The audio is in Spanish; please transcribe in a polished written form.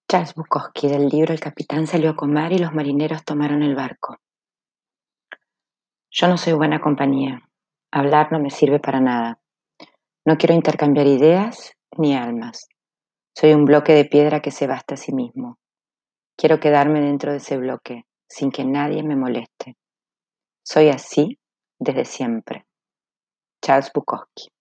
Charles Bukowski, del libro El capitán salió a comer y los marineros tomaron el barco. Yo no soy buena compañía. Hablar no me sirve para nada. No quiero intercambiar ideas ni almas. Soy un bloque de piedra que se basta a sí mismo. Quiero quedarme dentro de ese bloque, sin que nadie me moleste. Soy así desde siempre. Charles Bukowski.